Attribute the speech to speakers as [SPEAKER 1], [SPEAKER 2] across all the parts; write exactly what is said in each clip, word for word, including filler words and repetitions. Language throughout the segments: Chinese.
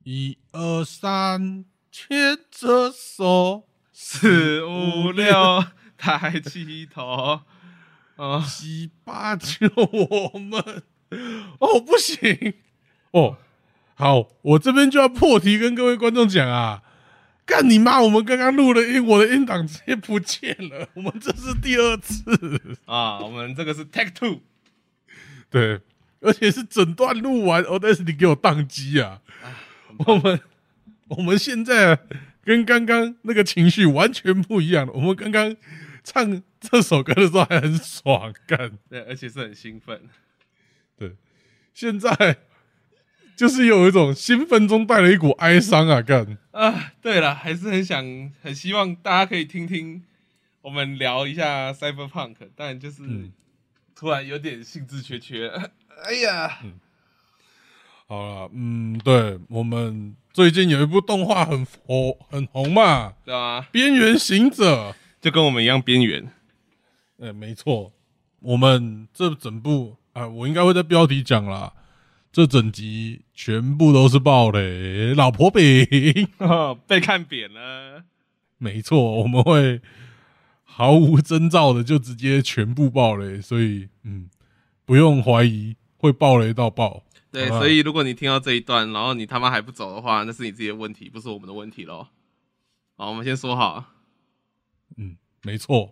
[SPEAKER 1] 一二三，牵着手，
[SPEAKER 2] 四五六，抬起头，
[SPEAKER 1] 哦，七八九，我们哦不行哦，好，我这边就要破题跟各位观众讲啊，干你妈！我们刚刚录的音，我的音档直接不见了，我们这是第二次
[SPEAKER 2] 啊，我们这个是 take two，
[SPEAKER 1] 对，而且是整段录完，哦，但是你给我宕机啊！我们我们现在跟刚刚那个情绪完全不一样了。我们刚刚唱这首歌的时候还很爽，干，
[SPEAKER 2] 对，而且是很兴奋。
[SPEAKER 1] 对，现在就是有一种兴奋中带了一股哀伤啊，干
[SPEAKER 2] 啊！对了，还是很想很希望大家可以听听我们聊一下 Cyberpunk， 但就是、嗯、突然有点兴致缺缺。哎呀！
[SPEAKER 1] 嗯好了，嗯，对，我们最近有一部动画很火很红嘛，
[SPEAKER 2] 对啊，
[SPEAKER 1] 边缘行者
[SPEAKER 2] 就跟我们一样边缘。
[SPEAKER 1] 哎、欸，没错，我们这整部啊，我应该会在标题讲啦，这整集全部都是爆雷，老婆饼、
[SPEAKER 2] 哦、被看扁了。
[SPEAKER 1] 没错，我们会毫无征兆的就直接全部爆雷，所以嗯，不用怀疑会爆雷到爆。
[SPEAKER 2] 对，所以如果你听到这一段，然后你他妈还不走的话，那是你自己的问题，不是我们的问题咯。好，我们先说好。
[SPEAKER 1] 嗯，没错。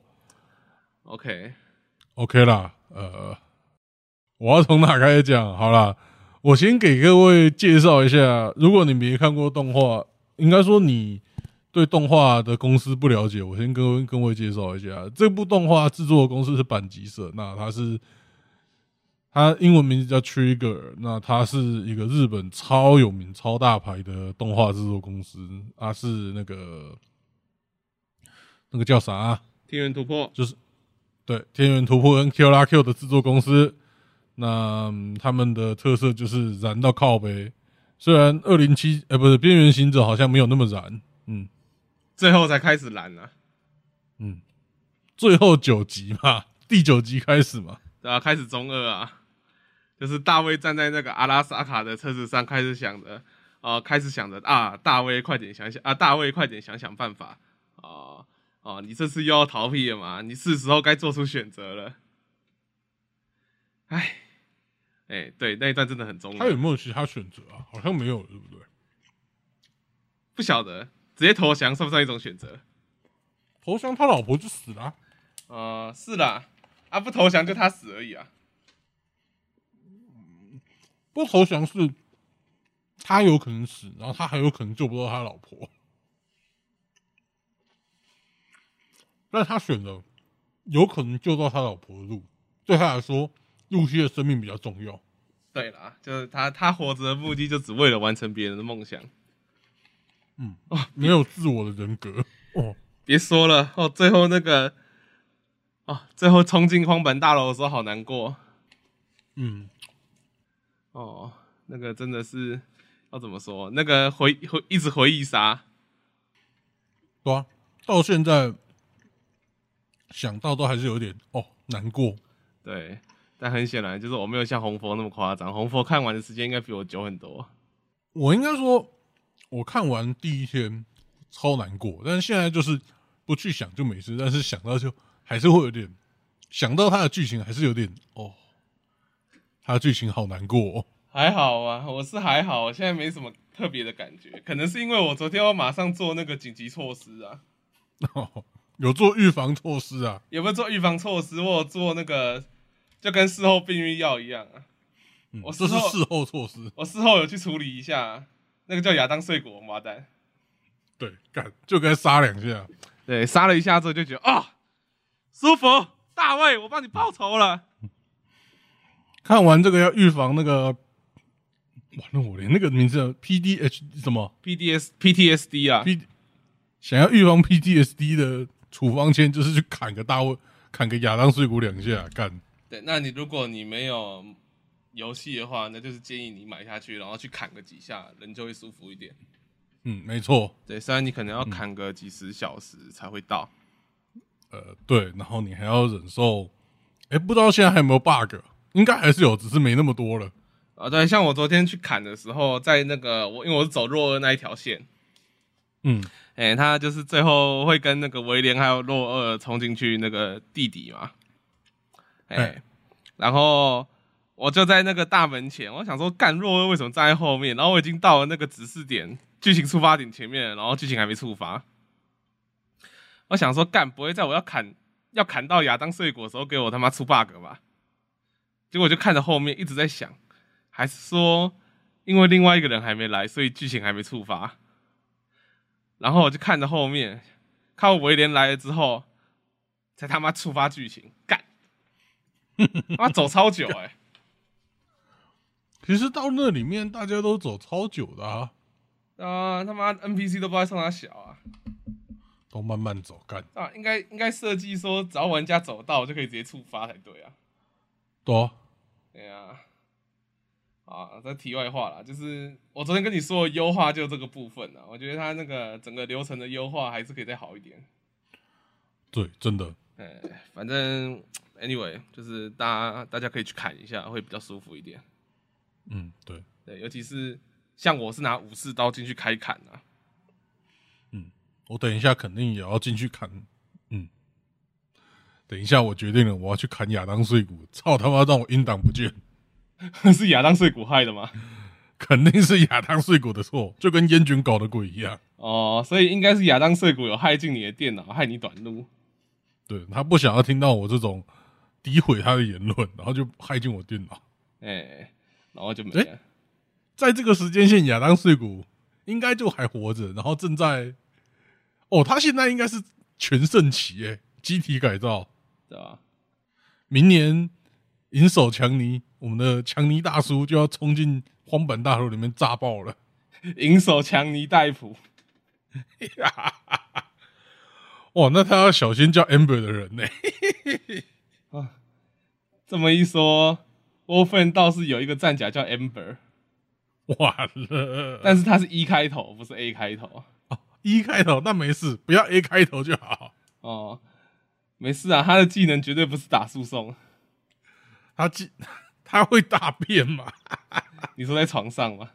[SPEAKER 2] OK，OK
[SPEAKER 1] OK 啦，呃，我要从哪开始讲？好啦，我先给各位介绍一下，如果你没看过动画，应该说你对动画的公司不了解，我先跟各位介绍一下，这部动画制作的公司是板吉社，那它是。它英文名字叫 Trigger， 那它是一个日本超有名、超大牌的动画制作公司，它是那个那个叫啥、啊？
[SPEAKER 2] 天元突破，
[SPEAKER 1] 就是对天元突破跟 Q 拉 Q 的制作公司。那、嗯、他们的特色就是燃到靠北，虽然二零七呃不是边缘行者好像没有那么燃，嗯，
[SPEAKER 2] 最后才开始燃啊，
[SPEAKER 1] 嗯，最后九集嘛，第九集开始嘛，
[SPEAKER 2] 对啊，开始中二啊。就是大卫站在那个阿拉萨卡的车子上，开始想着，呃，开始想着啊，大卫快点想想啊，大卫快点想想办法啊哦、呃呃，你这次又要逃避了嘛？你是时候该做出选择了。哎，哎，对，那一段真的很中二。
[SPEAKER 1] 他有没有其他选择啊？好像没有，对不对？
[SPEAKER 2] 不晓得，直接投降算不算一种选择？
[SPEAKER 1] 投降，他老婆就死了、啊。
[SPEAKER 2] 呃，是啦，啊，不投降就他死而已啊。
[SPEAKER 1] 不投降是他有可能死，然后他还有可能救不到他老婆，但他选了有可能救到他老婆的路，对他来说，露西的生命比较重要。
[SPEAKER 2] 对啦，就是他他活着的目的就只为了完成别人的梦想。
[SPEAKER 1] 嗯，哦，没有自我的人格哦。
[SPEAKER 2] 别说了哦，最后那个哦，最后冲进荒坂大楼的时候好难过。
[SPEAKER 1] 嗯。
[SPEAKER 2] 哦，那个真的是要怎么说？那个回回一直回忆杀，
[SPEAKER 1] 对啊，到现在想到都还是有点哦难过。
[SPEAKER 2] 对，但很显然就是我没有像红佛那么夸张，红佛看完的时间应该比我久很多。
[SPEAKER 1] 我应该说，我看完第一天超难过，但是现在就是不去想就没事，但是想到就还是会有点想到他的剧情，还是有点哦。他的剧情好难过、哦，
[SPEAKER 2] 还好啊，我是还好，我现在没什么特别的感觉，可能是因为我昨天要马上做那个紧急措施啊，
[SPEAKER 1] 哦、有做预防措施啊，
[SPEAKER 2] 有没有做预防措施？我有做那个就跟事后避孕药一样啊，
[SPEAKER 1] 嗯、
[SPEAKER 2] 我
[SPEAKER 1] 这是事后措施，
[SPEAKER 2] 我事后有去处理一下、啊，那个叫亚当睡果王八蛋，
[SPEAKER 1] 对，干就该杀两下，
[SPEAKER 2] 对，杀了一下之后就觉得啊、哦，舒服，大卫，我帮你报仇了。
[SPEAKER 1] 看完这个要预防那个，完了我连那个名字 P D H 什么
[SPEAKER 2] P D S P T S D 啊
[SPEAKER 1] ，P 想要预防 P T S D 的处方签就是去砍个大卫，砍个亚当碎骨两下，干。
[SPEAKER 2] 对，那你如果你没有游戏的话，那就是建议你买下去，然后去砍个几下，人就会舒服一点。
[SPEAKER 1] 嗯，没错。
[SPEAKER 2] 对，虽然你可能要砍个几十小时才会到。
[SPEAKER 1] 嗯、呃，对，然后你还要忍受，哎，不知道现在还有没有 bug。应该还是有，只是没那么多了。
[SPEAKER 2] 啊，对，像我昨天去砍的时候，在那个我因为我是走若二那一条线，
[SPEAKER 1] 嗯，
[SPEAKER 2] 哎、欸，他就是最后会跟那个威廉还有若二冲进去那个地底嘛，哎、欸欸，然后我就在那个大门前，我想说干若二为什么站在后面？然后我已经到了那个指示点，剧情触发点前面，然后剧情还没触发，我想说干不会在我要砍要砍到亚当碎骨的时候给我他妈出 bug 吧？结果我就看着后面一直在想。还是说，因为另外一个人还没来，所以剧情还没触发。然后我就看着后面，看到威廉来了之后，才他妈触发剧情，干，他妈走超久哎、欸！
[SPEAKER 1] 其实到那里面大家都走超久的啊，
[SPEAKER 2] 啊、呃，他妈 N P C 都不知道送他小啊，
[SPEAKER 1] 都慢慢走干
[SPEAKER 2] 啊，应该应该设计说，只要玩家走到就可以直接触发才对啊。
[SPEAKER 1] 对啊，
[SPEAKER 2] 对啊。啊，这题外话啦，就是我昨天跟你说的优化就这个部分啊，我觉得它那个整个流程的优化还是可以再好一点。
[SPEAKER 1] 对，真的。
[SPEAKER 2] 哎，反正 anyway 就是大家大家可以去砍一下，会比较舒服一点。
[SPEAKER 1] 嗯，对
[SPEAKER 2] 对，尤其是像我是拿武士刀进去开砍啊。
[SPEAKER 1] 嗯，我等一下肯定也要进去砍。嗯，等一下我决定了，我要去砍亚当碎骨。操他妈，让我音档不见。
[SPEAKER 2] 是亚当碎骨害的吗？
[SPEAKER 1] 肯定是亚当碎骨的错，就跟烟菌搞的鬼一样。
[SPEAKER 2] 哦，所以应该是亚当碎骨有害进你的电脑，害你短路。
[SPEAKER 1] 对，他不想要听到我这种诋毁他的言论，然后就害进我电脑。
[SPEAKER 2] 哎、欸，然后就没了、欸。
[SPEAKER 1] 在这个时间线，亚当碎骨应该就还活着，然后正在……哦，他现在应该是全盛期诶，机体改造，
[SPEAKER 2] 对吧？
[SPEAKER 1] 明年银手强尼。我们的强尼大叔就要冲进荒坂大楼里面炸爆了，
[SPEAKER 2] 银手强尼戴普，
[SPEAKER 1] 哇，那他要小心叫 Amber 的人呢、欸
[SPEAKER 2] 啊。这么一说，沃芬倒是有一个战甲叫 Amber，
[SPEAKER 1] 完了，
[SPEAKER 2] 但是他是 E 开头，不是 A 开头。
[SPEAKER 1] 哦 ，E 开头那没事，不要 A 开头就好。
[SPEAKER 2] 哦，没事啊，他的技能绝对不是打诉讼，
[SPEAKER 1] 他技。他会大便吗？
[SPEAKER 2] 你说在床上吗？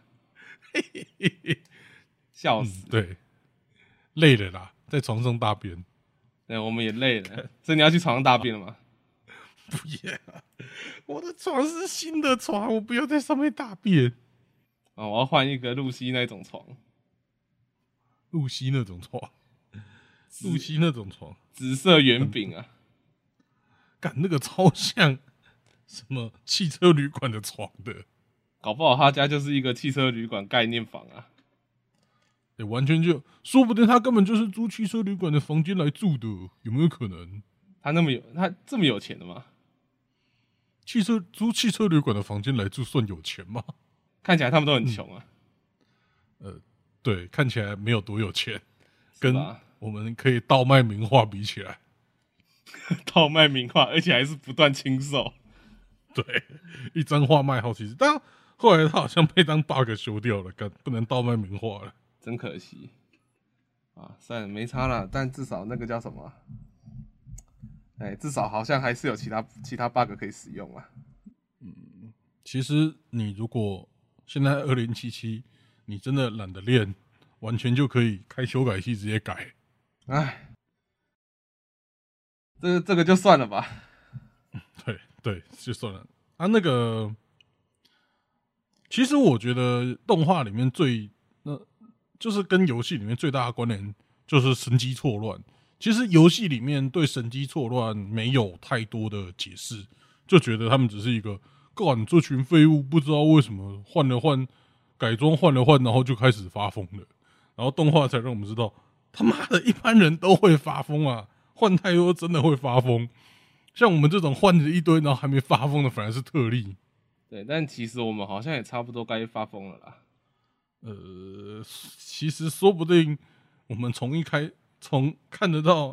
[SPEAKER 2] 笑死、
[SPEAKER 1] 嗯！对，累了啦，在床上大便。
[SPEAKER 2] 对，我们也累了，所以你要去床上大便了吗？
[SPEAKER 1] 不要，我的床是新的床，我不要在上面大便。
[SPEAKER 2] 哦，我要换一个露西那种床，
[SPEAKER 1] 露西那种床，露西那种床，
[SPEAKER 2] 紫色圆饼啊，
[SPEAKER 1] 干、嗯、那个超像。什么汽车旅馆的床的？
[SPEAKER 2] 搞不好他家就是一个汽车旅馆概念房啊！
[SPEAKER 1] 欸、完全就说不定他根本就是租汽车旅馆的房间来住的，有没有可能？
[SPEAKER 2] 他那么有，他这么有钱的吗？
[SPEAKER 1] 汽车租汽车旅馆的房间来住算有钱吗？
[SPEAKER 2] 看起来他们都很穷啊、
[SPEAKER 1] 嗯。呃，对，看起来没有多有钱，跟我们可以倒卖名画比起来，
[SPEAKER 2] 倒卖名画，而且还是不断清售。
[SPEAKER 1] 对，一张画卖好几次，但后来他好像被当 bug 修掉了，干不能倒卖名画了，
[SPEAKER 2] 真可惜啊！算了，没差了，但至少那个叫什么？哎、欸，至少好像还是有其他其他 bug 可以使用啊。
[SPEAKER 1] 嗯，其实你如果现在二零七七，你真的懒得练，完全就可以开修改器直接改。
[SPEAKER 2] 哎，这这个就算了吧。
[SPEAKER 1] 对对，就算了。啊，那个，其实我觉得动画里面最那，就是跟游戏里面最大的关联就是神机错乱。其实游戏里面对神机错乱没有太多的解释，就觉得他们只是一个干这群废物不知道为什么换了换改装换了换，然后就开始发疯了。然后动画才让我们知道，他妈的一般人都会发疯啊，换太多真的会发疯。像我们这种换着一堆，然后还没发疯的，反而是特例。
[SPEAKER 2] 对，但其实我们好像也差不多该发疯了啦。
[SPEAKER 1] 呃，其实说不定我们从一开从看得到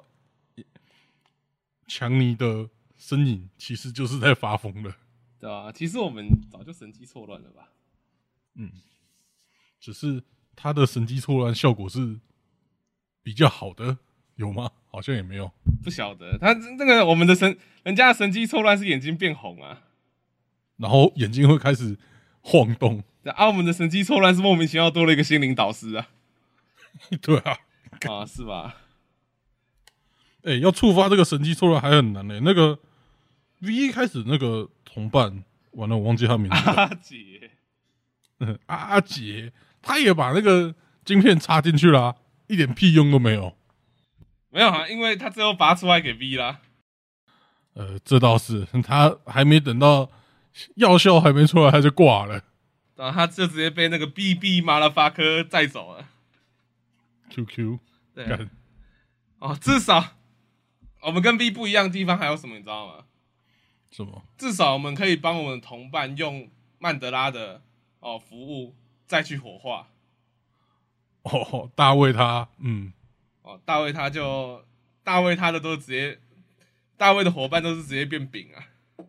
[SPEAKER 1] 强尼的身影，其实就是在发疯了，
[SPEAKER 2] 对吧、啊？其实我们早就神机错乱了吧？
[SPEAKER 1] 嗯，只是他的神机错乱效果是比较好的，有吗？好像也没有。
[SPEAKER 2] 不晓得，他那个我们的神，人家的神机错乱是眼睛变红啊，
[SPEAKER 1] 然后眼睛会开始晃动。
[SPEAKER 2] 啊，我们的神机错乱是莫名其妙多了一个心灵导师啊。
[SPEAKER 1] 对啊，
[SPEAKER 2] 啊，是吧？
[SPEAKER 1] 哎、欸，要触发这个神机错乱还很难呢、欸。那个 V 一开始那个同伴，完了我忘记他名字了。
[SPEAKER 2] 阿杰，
[SPEAKER 1] 嗯，阿杰，他也把那个晶片插进去啦，一点屁用都没有。
[SPEAKER 2] 没有啊，因为他最后拔出来给 V 啦。
[SPEAKER 1] 呃，这倒是，他还没等到药效还没出来，他就挂了。
[SPEAKER 2] 然后他就直接被那个 B B 马拉发科载走了。
[SPEAKER 1] Q Q，
[SPEAKER 2] 对，哦，至少我们跟 B 不一样的地方还有什么，你知道吗？
[SPEAKER 1] 什么？
[SPEAKER 2] 至少我们可以帮我们的同伴用曼德拉的哦服务再去火化。
[SPEAKER 1] 哦，大卫他，嗯，
[SPEAKER 2] 哦，大卫他就大卫他的都直接，大卫的伙伴都是直接变饼啊。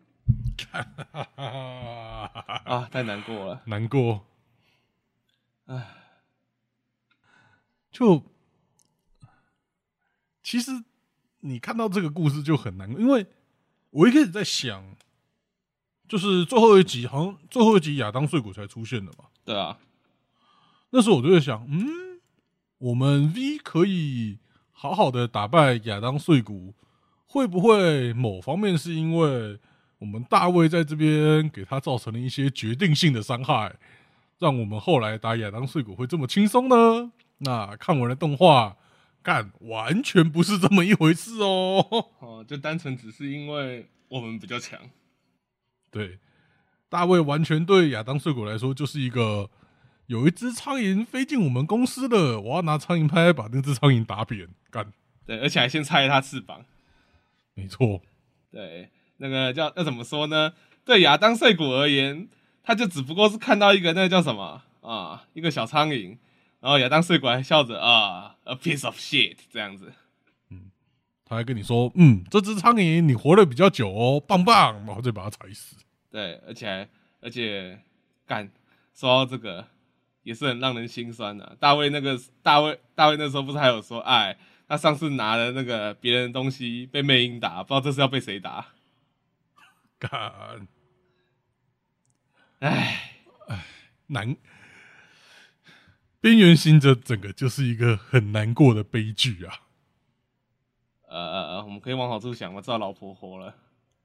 [SPEAKER 2] 啊，太难过了，
[SPEAKER 1] 难过。
[SPEAKER 2] 唉，
[SPEAKER 1] 就其实你看到这个故事就很难过，因为我一开始在想，就是最后一集好像最后一集亚当碎骨才出现的嘛。
[SPEAKER 2] 对啊，
[SPEAKER 1] 那时候我就在想，嗯，我们 V 可以好好的打败亚当碎骨，会不会某方面是因为我们大卫在这边给他造成了一些决定性的伤害，让我们后来打亚当碎骨会这么轻松呢？那看完了动画，干完全不是这么一回事哦。
[SPEAKER 2] 哦，就单纯只是因为我们比较强。
[SPEAKER 1] 对，大卫完全对亚当碎骨来说就是一个有一只苍蝇飞进我们公司了，我要拿苍蝇拍把那只苍蝇打扁，干。
[SPEAKER 2] 对，而且还先拆他翅膀。
[SPEAKER 1] 没错。
[SPEAKER 2] 对，那个叫要怎么说呢？对亚当碎骨而言，他就只不过是看到一个那个叫什么啊，一个小苍蝇，然后亚当碎骨还笑着啊 ，a piece of shit 这样子。
[SPEAKER 1] 嗯，他还跟你说，嗯，这只苍蝇你活得比较久哦，棒棒，然后就把它踩死。
[SPEAKER 2] 对，而且还而且干说到这个也是很让人心酸的、啊。大卫那个大卫大卫那时候不是还有说，哎，他上次拿了那个别人的东西被魅影打，不知道这是要被谁打。
[SPEAKER 1] 干，
[SPEAKER 2] 唉
[SPEAKER 1] 唉，难。边缘行者整个就是一个很难过的悲剧啊。
[SPEAKER 2] 呃，我们可以往好处想，我知道老婆活了。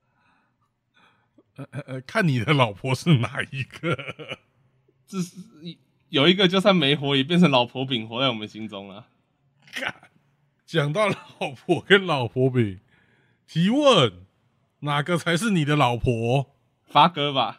[SPEAKER 1] 呃呃，看你的老婆是哪一个？
[SPEAKER 2] 这是有一个就算没活，也变成老婆饼活在我们心中了。
[SPEAKER 1] 讲到老婆跟老婆饼，提问哪个才是你的老婆？
[SPEAKER 2] 发哥吧。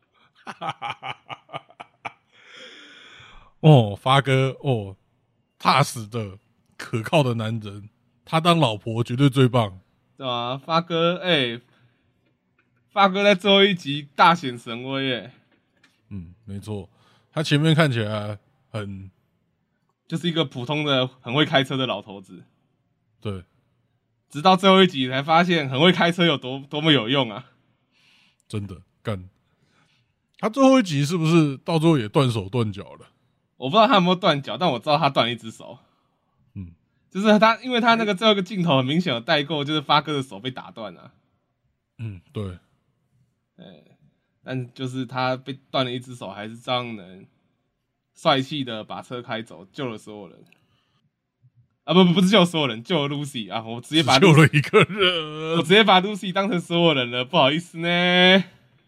[SPEAKER 1] 哦，发哥哦，踏实的、可靠的男人，他当老婆绝对最棒，
[SPEAKER 2] 对啊，发哥，哎、欸，发哥在最后一集大显神威耶。
[SPEAKER 1] 嗯，没错，他前面看起来很，
[SPEAKER 2] 就是一个普通的很会开车的老头子。
[SPEAKER 1] 对，
[SPEAKER 2] 直到最后一集才发现很会开车有多多么有用啊！
[SPEAKER 1] 真的干。他最后一集是不是到最后也断手断脚了？
[SPEAKER 2] 我不知道他有没有断脚，但我知道他断了一只手。
[SPEAKER 1] 嗯，
[SPEAKER 2] 就是他，因为他那个最后一个镜头很明显有带过，就是发哥的手被打断了、啊。
[SPEAKER 1] 嗯，对。
[SPEAKER 2] 哎，但就是他被断了一只手，还是这样能帅气的把车开走，救了所有人。啊不不不是救所有人，救了 Lucy 啊！我直接把 Lucy,
[SPEAKER 1] 救了一个人，
[SPEAKER 2] 我直接把 Lucy 当成所有人了，不好意思呢。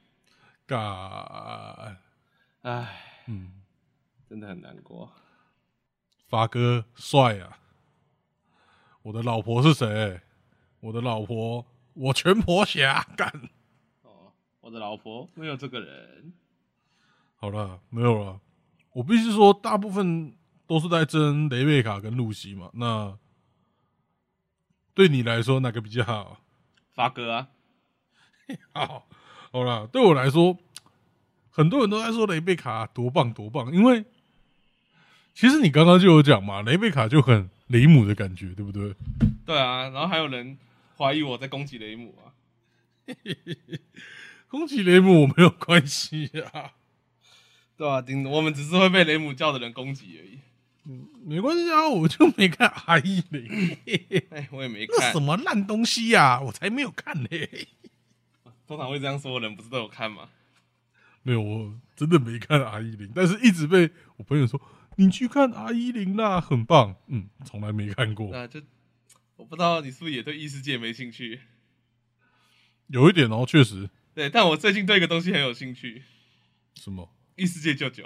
[SPEAKER 1] 嘎，
[SPEAKER 2] 唉，
[SPEAKER 1] 嗯，
[SPEAKER 2] 真的很难过。
[SPEAKER 1] 发哥帅啊！我的老婆是谁？我的老婆，我全婆侠干。
[SPEAKER 2] 哦，我的老婆没有这个人。
[SPEAKER 1] 好了，没有了。我必须说，大部分都是在争雷贝卡跟露西嘛。那对你来说，哪个比较好？
[SPEAKER 2] 发哥啊。
[SPEAKER 1] 好，好啦，对我来说，很多人都在说雷贝卡多棒多棒，因为其实你刚刚就有讲嘛，雷贝卡就很雷姆的感觉，对不对？
[SPEAKER 2] 对啊，然后还有人怀疑我在攻击雷姆啊。
[SPEAKER 1] 攻击雷姆我没有关系啊。
[SPEAKER 2] 对啊，我们只是会被雷姆叫的人攻击而已。
[SPEAKER 1] 嗯，没关系啊，我就没看阿一嘞。
[SPEAKER 2] 哎，我也没看。
[SPEAKER 1] 那什么烂东西呀、啊，我才没有看嘞。
[SPEAKER 2] 通常会这样说的人，不是都有看吗？
[SPEAKER 1] 没有，我真的没看 R 一零，但是一直被我朋友说你去看 R 一零啦，很棒。嗯，从来没看过。
[SPEAKER 2] 那就我不知道你是不是也对异世界没兴趣？
[SPEAKER 1] 有一点哦，确实。
[SPEAKER 2] 对，但我最近对一个东西很有兴趣。
[SPEAKER 1] 什么？
[SPEAKER 2] 异世界舅舅。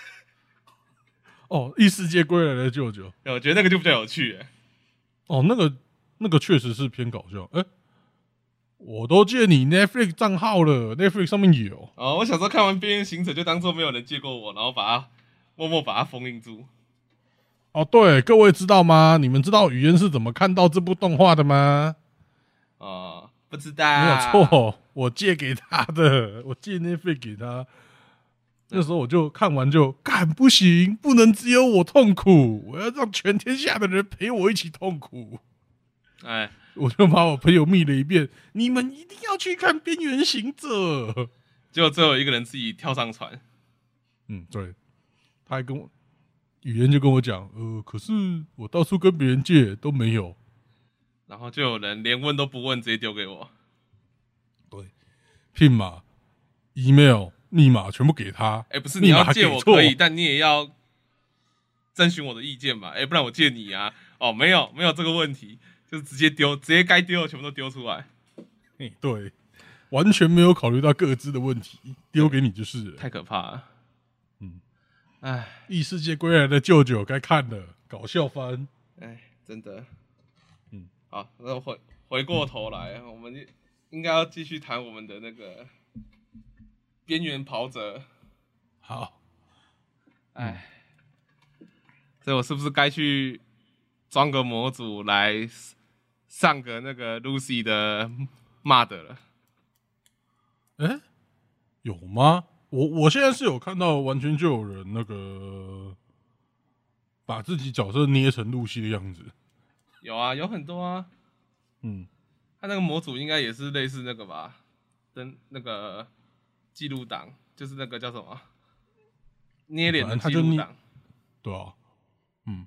[SPEAKER 1] 哦，异世界归来的舅舅。
[SPEAKER 2] 我觉得那个就比较有趣耶。
[SPEAKER 1] 哦，那个那个确实是偏搞笑。哎、欸，我都借你 Netflix 账号了 ，Netflix 上面有。
[SPEAKER 2] 哦，我小时候看完《边缘行者》就当做没有人借过我，然后把它默默把它封印住。
[SPEAKER 1] 哦，对，各位知道吗？你们知道语言是怎么看到这部动画的吗？
[SPEAKER 2] 哦，不知道。
[SPEAKER 1] 没有错，我借给他的，我借 Netflix 给他。那时候我就看完就干不行，不能只有我痛苦，我要让全天下的人陪我一起痛苦。
[SPEAKER 2] 哎，
[SPEAKER 1] 我就把我朋友密了一遍，你们一定要去看《边缘行者》。
[SPEAKER 2] 结果最后一个人自己跳上船。
[SPEAKER 1] 嗯，对，他还跟我语言就跟我讲，呃，可是我到处跟别人借都没有。
[SPEAKER 2] 然后就有人连问都不问，直接丢给我。
[SPEAKER 1] 对，PIN码、email、密码全部给他。
[SPEAKER 2] 哎、欸，不是你要借我可以，但你也要征询我的意见嘛。哎、欸，不然我借你啊。哦，没有没有这个问题，就是直接丢，直接该丢的全部都丢出来。
[SPEAKER 1] 哎、欸，对，完全没有考虑到各自的问题，丢给你就是了。
[SPEAKER 2] 太可怕了。
[SPEAKER 1] 嗯，
[SPEAKER 2] 哎，
[SPEAKER 1] 异世界归来的舅舅该看了，搞笑番。
[SPEAKER 2] 哎，真的。
[SPEAKER 1] 嗯，
[SPEAKER 2] 好，那回回过头来，我们应该要继续谈我们的那个边缘跑者。
[SPEAKER 1] 好，
[SPEAKER 2] 哎、嗯，所以我是不是该去装个模组来上个那个 Lucy 的 mod 了？
[SPEAKER 1] 哎、欸，有吗？我我现在是有看到，完全就有人那个把自己角色捏成露西的样子。
[SPEAKER 2] 有啊，有很多啊。
[SPEAKER 1] 嗯，
[SPEAKER 2] 他那个模组应该也是类似那个吧，跟那个记录档，就是那个叫什么捏脸的记录档。
[SPEAKER 1] 对啊，嗯。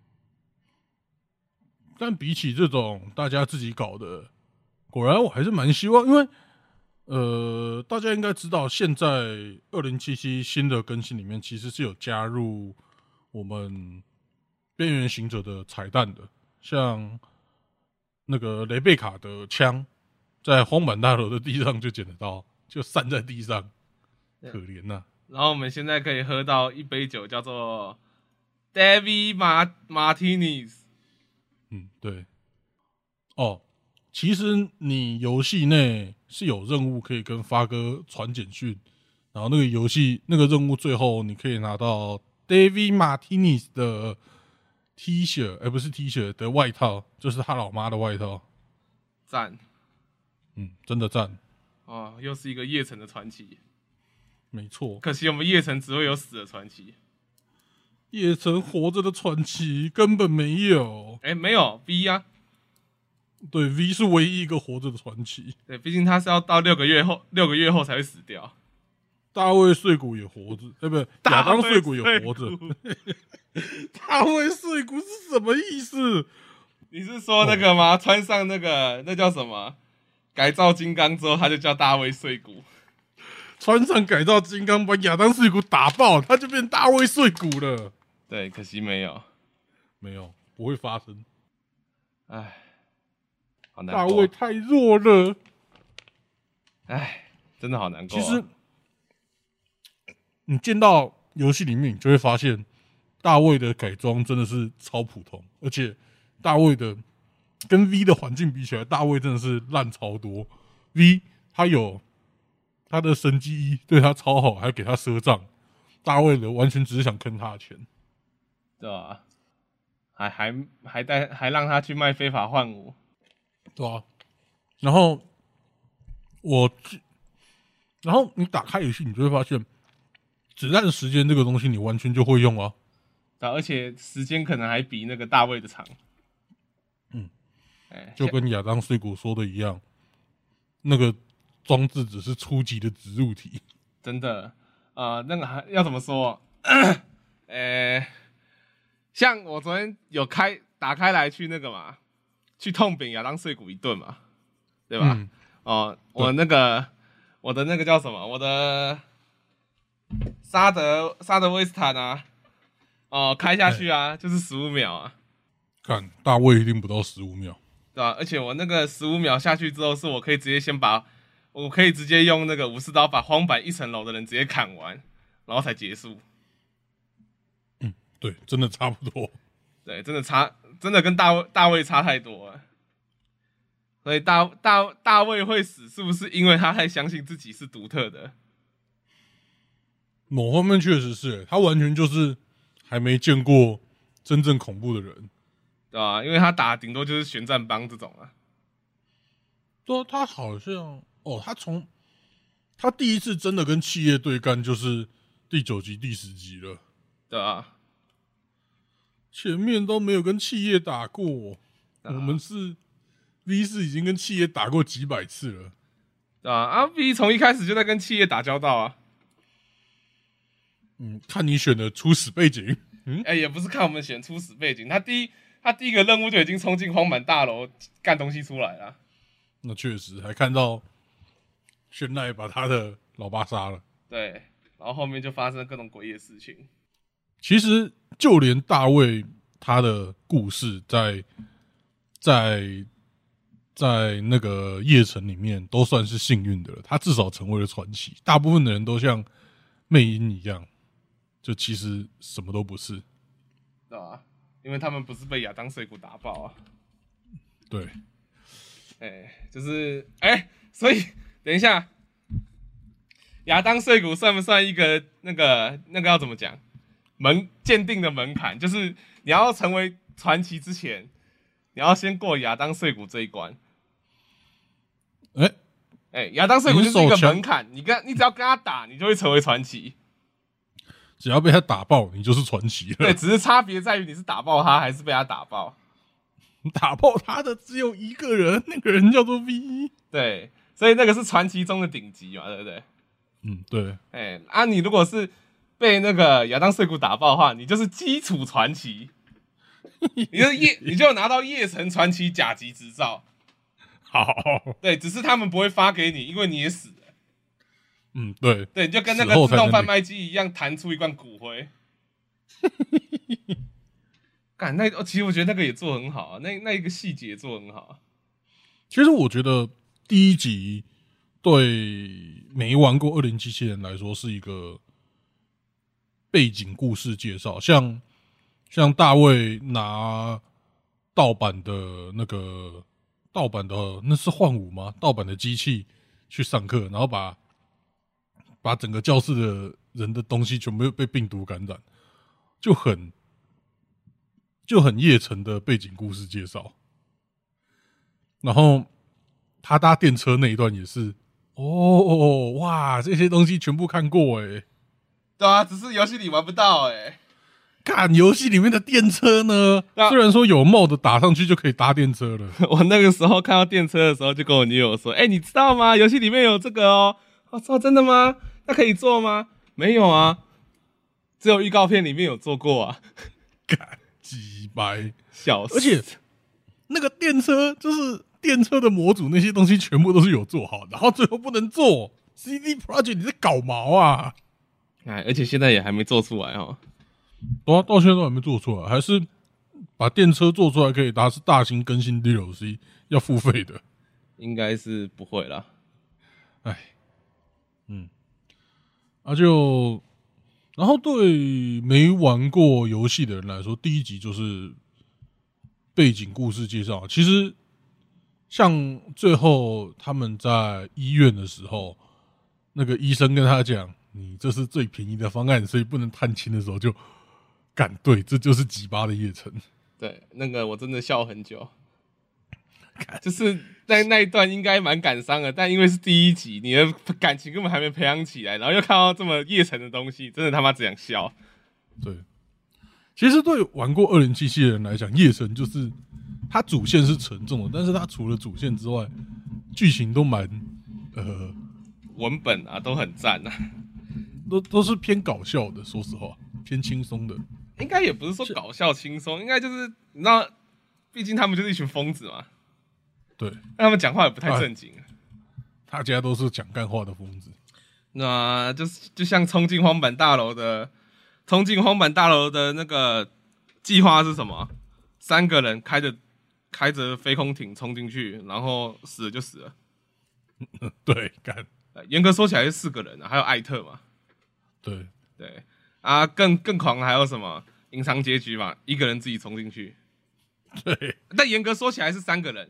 [SPEAKER 1] 但比起这种大家自己搞的，果然我还是蛮希望，因为呃，大家应该知道，现在二零七七新的更新里面其实是有加入我们边缘行者的彩蛋的，像那个雷贝卡的枪，在荒坂大楼的地上就捡得到，就散在地上，可怜呐、啊。
[SPEAKER 2] 然后我们现在可以喝到一杯酒，叫做 David Martinez。
[SPEAKER 1] 嗯，对。哦，其实你游戏内是有任务可以跟发哥传简讯，然后那个游戏那个任务最后你可以拿到 David Martinez 的 T 恤，而、欸、不是 T 恤的外套，就是他老妈的外套。
[SPEAKER 2] 赞，
[SPEAKER 1] 嗯，真的赞。
[SPEAKER 2] 哦，又是一个夜城的传奇。
[SPEAKER 1] 没错，
[SPEAKER 2] 可惜我们夜城只会有死的传奇。
[SPEAKER 1] 夜城活着的传奇根本没有。
[SPEAKER 2] 哎、欸，没有 V 啊。
[SPEAKER 1] 对 ，V 是唯一一个活着的传奇。
[SPEAKER 2] 对，毕竟他是要到六个月后，六个月后才会死掉。
[SPEAKER 1] 大卫碎骨也活着，对不对？亚当碎骨也活着。大卫碎骨是什么意思？
[SPEAKER 2] 你是说那个吗？哦、穿上那个那叫什么改造金刚之后，他就叫大卫碎骨。
[SPEAKER 1] 穿上改造金刚，把亚当碎骨打爆，他就变大卫碎骨了。
[SPEAKER 2] 对，可惜没有，
[SPEAKER 1] 没有，不会发生。
[SPEAKER 2] 唉，好难过。
[SPEAKER 1] 大卫太弱了。
[SPEAKER 2] 唉，真的好难过、啊。
[SPEAKER 1] 其实，你见到游戏里面，你就会发现大卫的改装真的是超普通，而且大卫的跟 V 的环境比起来，大卫真的是烂超多。V 他有他的神机一对他超好，还给他赊账。大卫的完全只是想坑他的钱，
[SPEAKER 2] 对啊，还还还带还让他去卖非法换物，
[SPEAKER 1] 对啊。然后我，然后你打开游戏，你就会发现子弹时间这个东西，你完全就会用啊。
[SPEAKER 2] 啊，而且时间可能还比那个大卫的长。
[SPEAKER 1] 嗯，欸、就跟亚当碎骨说的一样，那个装置只是初级的植入体。
[SPEAKER 2] 真的，呃，那个还要怎么说？呃、欸，像我昨天有开打开来去那个嘛，去痛扁亚当碎骨一顿嘛，对吧？嗯、哦，我那个我的那个叫什么？我的沙德沙德威斯坦啊，哦，开下去啊，欸、就是十五秒啊。
[SPEAKER 1] 看大卫一定不到十五秒，
[SPEAKER 2] 对吧、啊？而且我那个十五秒下去之后，是我可以直接先把，我可以直接用那个武士刀把荒坂一层楼的人直接砍完，然后才结束。
[SPEAKER 1] 嗯，对，真的差不多。
[SPEAKER 2] 对，真的差，真的跟大卫大卫差太多了。所以大大大卫会死，是不是因为他太相信自己是独特的？
[SPEAKER 1] 某方面确实是，他完全就是还没见过真正恐怖的人，
[SPEAKER 2] 对吧、啊？因为他打顶多就是旋战帮这种啊。
[SPEAKER 1] 对啊，他好像哦，他从他第一次真的跟企业对干就是第九集、第十集了，
[SPEAKER 2] 对啊。
[SPEAKER 1] 前面都没有跟企业打过，啊、我们是 V 四已经跟企业打过几百次了，
[SPEAKER 2] 对啊，啊 V 从一开始就在跟企业打交道啊。
[SPEAKER 1] 嗯，看你选的初始背景，嗯，
[SPEAKER 2] 哎、欸，也不是看我们选初始背景，他第一他第一个任务就已经冲进荒坂大楼干东西出来了。
[SPEAKER 1] 那确实还看到玄奈把他的老爸杀了，
[SPEAKER 2] 对，然后后面就发生了各种诡异的事情。
[SPEAKER 1] 其实就连大卫他的故事在在在那个夜城里面都算是幸运的了，他至少成为了传奇。大部分的人都像魅音一样，就其实什么都不是，
[SPEAKER 2] 对啊，因为他们不是被亚当碎骨打爆啊。
[SPEAKER 1] 对，
[SPEAKER 2] 哎、欸，就是哎、欸，所以等一下，亚当碎骨算不算一个那个那个要怎么讲？门鉴定的门槛，就是你要成为传奇之前，你要先过亚当碎骨这一关。
[SPEAKER 1] 哎、欸、
[SPEAKER 2] 哎、欸，亚当碎骨就是一个门槛，你跟你只要跟他打，你就会成为传奇。
[SPEAKER 1] 只要被他打爆，你就是传奇了。
[SPEAKER 2] 对，只是差别在于你是打爆他还是被他打爆。
[SPEAKER 1] 打爆他的只有一个人，那个人叫做 V。
[SPEAKER 2] 对，所以那个是传奇中的顶级嘛，对不对？
[SPEAKER 1] 嗯，对。
[SPEAKER 2] 哎、欸，啊，你如果是被那个亚当碎骨打爆的话，你就是基础传奇，你就夜，你就拿到夜城传奇甲级执照。
[SPEAKER 1] 好，
[SPEAKER 2] 对，只是他们不会发给你，因为你也死了。
[SPEAKER 1] 嗯，对，
[SPEAKER 2] 对，就跟那个自动贩卖机一样，弹出一罐骨灰。干那，其实我觉得那个也做很好啊，那那一个细节做很好啊。
[SPEAKER 1] 其实我觉得第一集对没玩过二零七七人来说是一个背景故事介绍，像像大卫拿盗版的那个盗版的那是幻舞吗？盗版的机器去上课，然后把把整个教室的人的东西全部被病毒感染，就很就很夜城的背景故事介绍。然后他搭电车那一段也是，哦哇，这些东西全部看过诶、欸。
[SPEAKER 2] 对啊，只是游戏里玩不到诶、欸。
[SPEAKER 1] 看游戏里面的电车呢，啊、虽然说有 mod 打上去就可以搭电车了。
[SPEAKER 2] 我那个时候看到电车的时候，就跟我女友说：“哎、欸，你知道吗？游戏里面有这个哦。”我说：“真的吗？那可以做吗？”没有啊，只有预告片里面有做过啊。
[SPEAKER 1] 干鸡掰，
[SPEAKER 2] 笑死！
[SPEAKER 1] 而且那个电车就是电车的模组那些东西全部都是有做好，然后最后不能做 C D Projekt， 你在搞毛啊！
[SPEAKER 2] 哎，而且现在也还没做出来哦。
[SPEAKER 1] 对啊，到现在都还没做出来，还是把电车做出来可以打是大型更新 D L C 要付费的，
[SPEAKER 2] 应该是不会啦。
[SPEAKER 1] 哎，嗯，啊就，然后对没玩过游戏的人来说，第一集就是背景故事介绍。其实像最后他们在医院的时候，那个医生跟他讲，你这是最便宜的方案，所以不能探亲的时候就。干对，这就是吉巴的夜城。
[SPEAKER 2] 对，那个我真的笑很久，就是在那一段应该蛮感伤的，但因为是第一集，你的感情根本还没培养起来，然后又看到这么夜城的东西，真的他妈只想笑。
[SPEAKER 1] 对，其实对玩过二零七七的人来讲，夜城就是它主线是沉重的，但是它除了主线之外，剧情都蛮呃
[SPEAKER 2] 文本啊都很赞啊，
[SPEAKER 1] 都都是偏搞笑的，说实话，偏轻松的。
[SPEAKER 2] 应该也不是说搞笑轻松，应该就是你知道，毕竟他们就是一群疯子嘛。
[SPEAKER 1] 对，
[SPEAKER 2] 他们讲话也不太正经、啊，
[SPEAKER 1] 大家都是讲干话的疯子。
[SPEAKER 2] 那就是就像冲进荒坂大楼的，冲进荒坂大楼的那个计划是什么？三个人开着开着飞空艇冲进去，然后死了就死了。
[SPEAKER 1] 对，干，
[SPEAKER 2] 严格说起来是四个人啊，还有艾特嘛。
[SPEAKER 1] 对
[SPEAKER 2] 对啊，更更狂还有什么隐藏结局嘛？一个人自己冲进去。
[SPEAKER 1] 对，
[SPEAKER 2] 但严格说起来是三个人。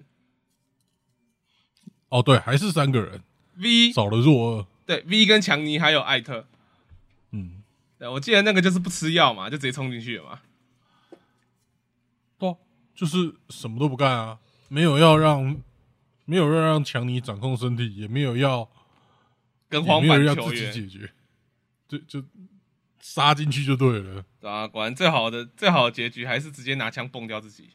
[SPEAKER 1] 哦对，还是三个人
[SPEAKER 2] V
[SPEAKER 1] 少了弱二。
[SPEAKER 2] 对 V 跟强尼还有艾特。
[SPEAKER 1] 嗯，
[SPEAKER 2] 对，我记得那个就是不吃药嘛，就直接冲进去了嘛。
[SPEAKER 1] 对、啊，就是什么都不干啊，没有要让，没有要让强尼掌控身体，也没有要
[SPEAKER 2] 跟荒坂
[SPEAKER 1] 也没有要自
[SPEAKER 2] 球员
[SPEAKER 1] 己解决，就就杀进去就对了。
[SPEAKER 2] 啊，果然最好的最好的结局还是直接拿枪崩掉自己。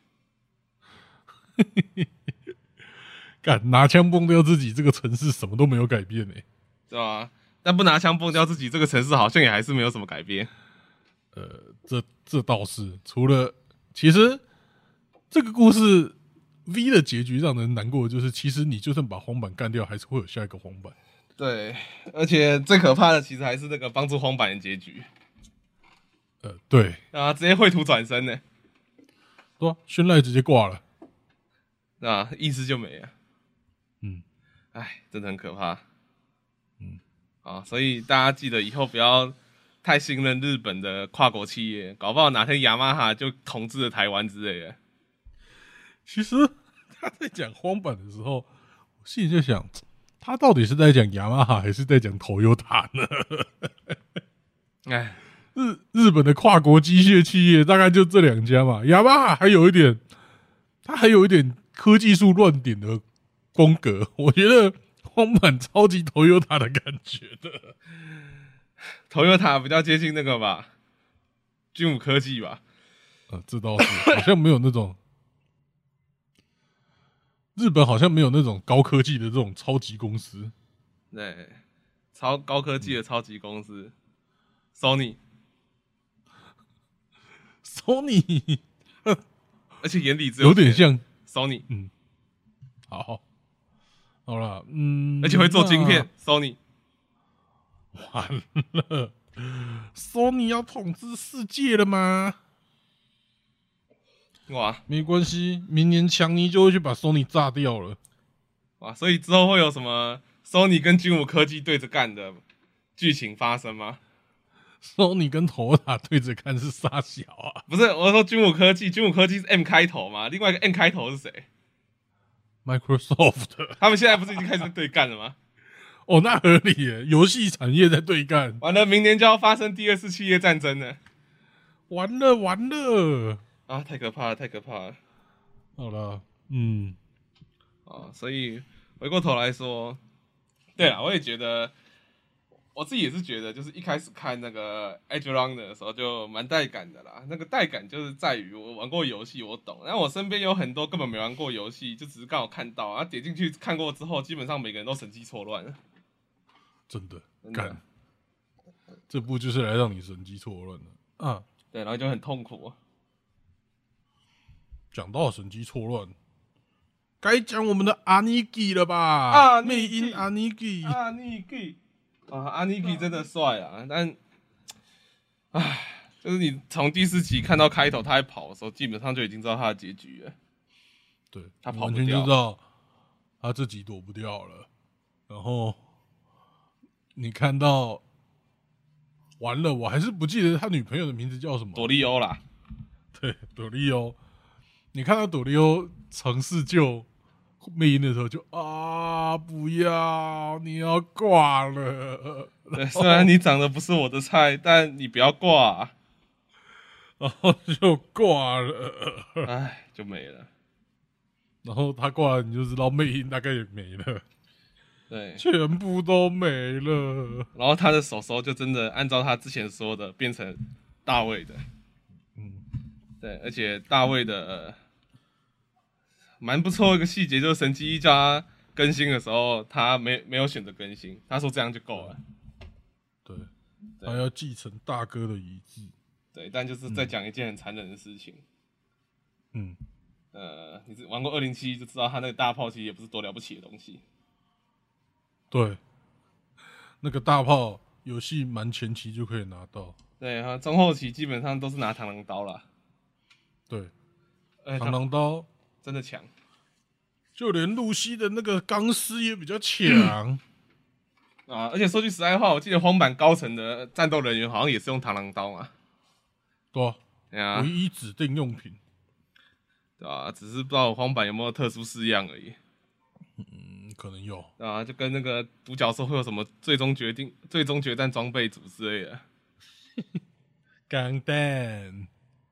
[SPEAKER 1] 干，拿枪崩掉自己，这个城市什么都没有改变诶、欸，
[SPEAKER 2] 对吧？但不拿枪崩掉自己，这个城市好像也还是没有什么改变。
[SPEAKER 1] 呃，这这倒是，除了其实这个故事 V 的结局让人难过的就是，其实你就算把荒坂干掉，还是会有下一个荒坂。
[SPEAKER 2] 对，而且最可怕的其实还是那个帮助荒坂的结局。
[SPEAKER 1] 呃，对
[SPEAKER 2] 啊，直接绘图转身呢。
[SPEAKER 1] 对啊，宣赖直接挂了，
[SPEAKER 2] 啊，意思就没了。
[SPEAKER 1] 嗯，
[SPEAKER 2] 哎，真的很可怕。
[SPEAKER 1] 嗯，
[SPEAKER 2] 啊，所以大家记得以后不要太信任日本的跨国企业，搞不好哪天雅马哈就统治了台湾之类的。
[SPEAKER 1] 其实他在讲荒坂的时候，我心里就想，他到底是在讲雅马哈还是在讲Toyota呢？
[SPEAKER 2] 哎，
[SPEAKER 1] 日日本的跨国机械企业大概就这两家嘛，雅马哈还有一点，它还有一点科技树乱点的风格，我觉得荒坂超级 Toyota 的感觉的。
[SPEAKER 2] Toyota 比较接近那个吧，军武科技吧。
[SPEAKER 1] 呃，这倒是，好像没有那种日本好像没有那种高科技的这种超级公司。
[SPEAKER 2] 对，超高科技的超级公司、嗯、，Sony，Sony，而且眼里只有
[SPEAKER 1] 有点像
[SPEAKER 2] Sony，
[SPEAKER 1] 嗯，好，好了，嗯，
[SPEAKER 2] 而且会做晶片，Sony，
[SPEAKER 1] 完了 ，Sony 要统治世界了吗？
[SPEAKER 2] 哇，
[SPEAKER 1] 没关系，明年强尼就会去把 Sony 炸掉了。
[SPEAKER 2] 哇，所以之后会有什么 Sony 跟军武科技对着干的剧情发生吗？
[SPEAKER 1] Sony 跟 Toyota 对着干是傻小啊？
[SPEAKER 2] 不是，我说军武科技，军武科技是 M 开头嘛？另外一个 N 开头是谁
[SPEAKER 1] ？Microsoft，
[SPEAKER 2] 他们现在不是已经开始对干了吗？
[SPEAKER 1] 哦，那合理耶，游戏产业在对干。
[SPEAKER 2] 完了，明年就要发生第二次企业战争了。
[SPEAKER 1] 完了完了
[SPEAKER 2] 啊！太可怕了，太可怕了。
[SPEAKER 1] 好了，嗯，
[SPEAKER 2] 啊，所以回过头来说，对了，我也觉得，我自己也是觉得，就是一开始看那个 Edge Runner 的时候就蛮带感的啦。那个带感就是在于我玩过游戏，我懂。但我身边有很多根本没玩过游戏，就只是刚好看到，然后点进去看过之后，基本上每个人都神机错乱。
[SPEAKER 1] 真的，
[SPEAKER 2] 真的
[SPEAKER 1] 干，这部就是来让你神机错乱的啊！
[SPEAKER 2] 对，然后就很痛苦。
[SPEAKER 1] 讲到神机错乱，该讲我们的阿尼基了吧？
[SPEAKER 2] 啊，
[SPEAKER 1] 魅音阿尼基，
[SPEAKER 2] 阿尼基，啊，阿尼基真的帅啊！但，唉，就是你从第四集看到开头他在跑的时候，基本上就已经知道他的结局了。
[SPEAKER 1] 对，
[SPEAKER 2] 他跑
[SPEAKER 1] 完全
[SPEAKER 2] 不掉
[SPEAKER 1] 就知道他这集躲不掉了。然后你看到完了，我还是不记得他女朋友的名字叫什么，
[SPEAKER 2] 朵莉欧啦。
[SPEAKER 1] 对，朵莉欧。你看到朵莉欧尝试救魅音的时候就，就啊，不要，你要挂了。
[SPEAKER 2] 对，虽然你长得不是我的菜，但你不要挂、啊，
[SPEAKER 1] 然后就挂了，
[SPEAKER 2] 唉，就没了。
[SPEAKER 1] 然后他挂了，你就知道魅音大概也没了，
[SPEAKER 2] 对，
[SPEAKER 1] 全部都没了。
[SPEAKER 2] 然后他的手手就真的按照他之前说的变成大卫的，
[SPEAKER 1] 嗯，
[SPEAKER 2] 对，而且大卫的蛮、呃、不错的一个细节，就是神奇一叫他更新的时候，他没没有选择更新，他说这样就够了。
[SPEAKER 1] 对，他要继承大哥的遗志。
[SPEAKER 2] 对，但就是在讲一件很残忍的事情。
[SPEAKER 1] 嗯，
[SPEAKER 2] 呃，你玩过二零七就知道，他那个大炮其实也不是多了不起的东西。
[SPEAKER 1] 对， 那个大炮游戏蛮前期就可以拿到。
[SPEAKER 2] 对哈，中后期基本上都是拿螳螂刀啦。
[SPEAKER 1] 对，
[SPEAKER 2] 呃
[SPEAKER 1] 螳螂刀
[SPEAKER 2] 真的强，
[SPEAKER 1] 就连露西的那个钢丝也比较强
[SPEAKER 2] 啊！而且说句实在话，我记得荒坂高层的战斗人员好像也是用螳螂刀嘛。
[SPEAKER 1] 对啊，
[SPEAKER 2] 对啊，
[SPEAKER 1] 唯一指定用品。
[SPEAKER 2] 对啊，只是不知道荒坂有没有特殊式样而已。
[SPEAKER 1] 嗯，可能有。
[SPEAKER 2] 啊，就跟那个独角兽会有什么最终决定、最终决战装备组之类的。
[SPEAKER 1] 钢弹。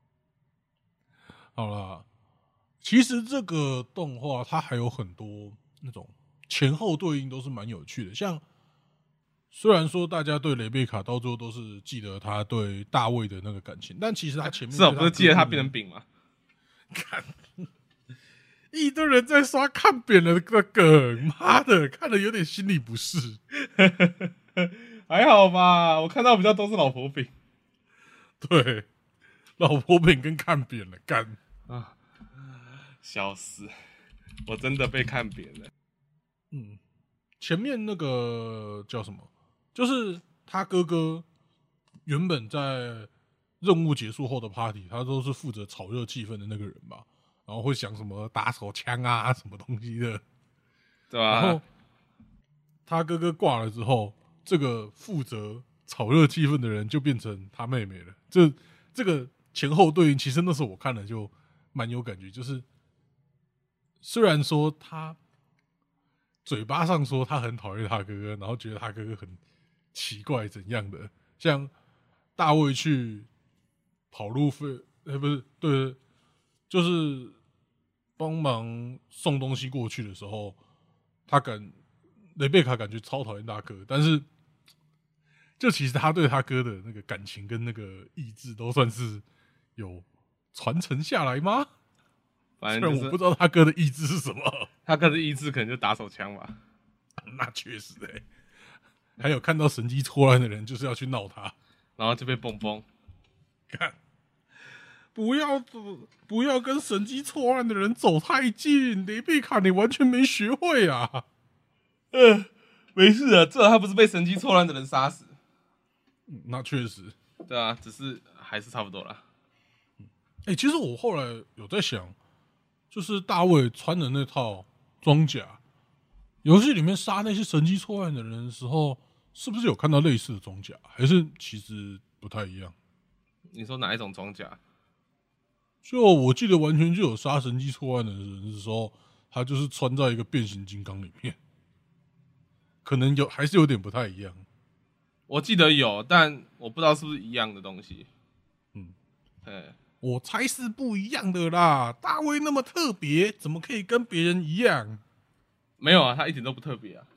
[SPEAKER 1] 好啦，其实这个动画它还有很多那种前后对应都是蛮有趣的，像虽然说大家对雷贝卡到最后都是记得他对大卫的那个感情，但其实他前面
[SPEAKER 2] 是哦，不是记得他变成饼吗？
[SPEAKER 1] 看，一堆人在刷看扁了的梗，妈的，看了有点心里不适。
[SPEAKER 2] 还好吧，我看到比较多是老婆饼。
[SPEAKER 1] 对，老婆饼跟看扁了，干
[SPEAKER 2] 啊，笑死！我真的被看扁了。
[SPEAKER 1] 嗯，前面那个叫什么？就是他哥哥原本在任务结束后的 party， 他都是负责炒热气氛的那个人嘛，然后会想什么打手枪啊什么东西的，
[SPEAKER 2] 对吧、啊？
[SPEAKER 1] 然后他哥哥挂了之后，这个负责炒热气氛的人就变成他妹妹了。这这个前后对应，其实那时候我看了就蛮有感觉，就是虽然说他嘴巴上说他很讨厌他哥哥，然后觉得他哥哥很奇怪怎样的，像大卫去跑路费，呃、欸，不是，对，就是帮忙送东西过去的时候，他感雷贝卡感觉超讨厌他哥，但是就其实他对他哥的那个感情跟那个意志都算是有传承下来吗？
[SPEAKER 2] 反正、就是、
[SPEAKER 1] 虽然我不知道他哥的意志是什么，
[SPEAKER 2] 他哥的意志可能就打手枪吧。
[SPEAKER 1] 那确实哎、欸，还有看到神机错乱的人就是要去闹他，
[SPEAKER 2] 然后就被蹦蹦
[SPEAKER 1] 看，不要不要跟神机错乱的人走太近，雷贝卡你完全没学会啊。
[SPEAKER 2] 呃，没事啊，至少他不是被神机错乱的人杀死。
[SPEAKER 1] 嗯、那确实，
[SPEAKER 2] 对啊，只是还是差不多啦。
[SPEAKER 1] 哎、欸，其实我后来有在想，就是大卫穿的那套装甲，游戏里面杀那些神机错乱的人的时候，是不是有看到类似的装甲？还是其实不太一样？
[SPEAKER 2] 你说哪一种装甲？
[SPEAKER 1] 就我记得完全就有杀神机错乱的人的时候，他就是穿在一个变形金刚里面，可能有还是有点不太一样。
[SPEAKER 2] 我记得有，但我不知道是不是一样的东西。
[SPEAKER 1] 嗯，
[SPEAKER 2] 哎，
[SPEAKER 1] 我猜是不一样的啦。大卫那么特别，怎么可以跟别人一样？
[SPEAKER 2] 没有啊，他一点都不特别啊。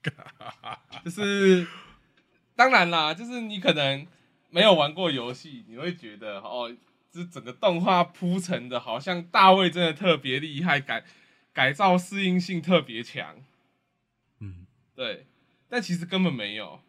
[SPEAKER 2] 就是当然啦，就是你可能没有玩过游戏，你会觉得哦，这整个动画铺陈的好像大卫真的特别厉害，改改造适应性特别强。
[SPEAKER 1] 嗯，
[SPEAKER 2] 对，但其实根本没有。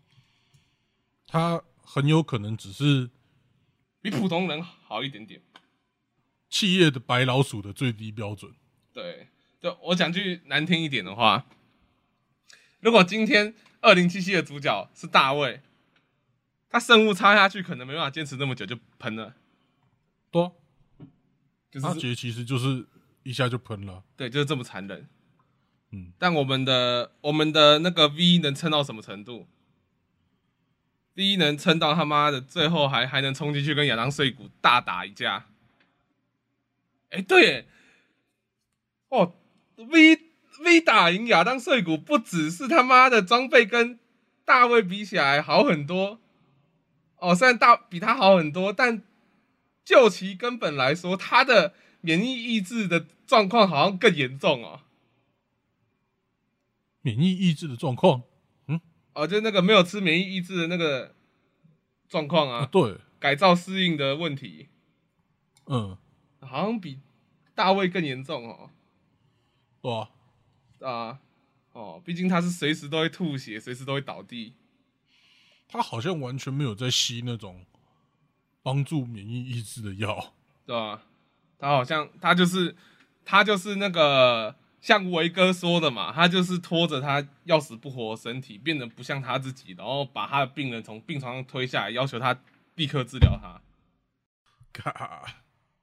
[SPEAKER 1] 他很有可能只是
[SPEAKER 2] 比普通人好一点点。
[SPEAKER 1] 企业的白老鼠的最低标准。
[SPEAKER 2] 对，就我讲句难听一点的话，如果今天二零七七的主角是大卫，他生物插下去可能没办法坚持那么久就喷了。
[SPEAKER 1] 对、啊，
[SPEAKER 2] 就是
[SPEAKER 1] 阿杰其实就是一下就喷了。
[SPEAKER 2] 对，就是这么残忍。
[SPEAKER 1] 嗯，
[SPEAKER 2] 但我们的我们的那个 V 能撑到什么程度？V 能撑到他妈的最后还还能冲进去跟亚当碎骨大打一架。哎，对耶，哦 ，V V 打赢亚当碎骨，不只是他妈的装备跟大卫比起来好很多，哦，虽然大比他好很多，但就其根本来说，他的免疫抑制的状况好像更严重哦。
[SPEAKER 1] 免疫抑制的状况，嗯，
[SPEAKER 2] 哦，就那个没有吃免疫抑制的那个状况啊，
[SPEAKER 1] 啊，对，
[SPEAKER 2] 改造适应的问题，
[SPEAKER 1] 嗯，
[SPEAKER 2] 好像比大卫更严重哦。
[SPEAKER 1] 对啊，
[SPEAKER 2] 啊，哦，毕竟他是随时都会吐血，随时都会倒地。
[SPEAKER 1] 他好像完全没有在吸那种帮助免疫抑制的药，
[SPEAKER 2] 对吧？他好像他就是他就是那个像维哥说的嘛，他就是拖着他要死不活的身体，变得不像他自己，然后把他的病人从病床上推下来，要求他立刻治疗他。
[SPEAKER 1] 嘎，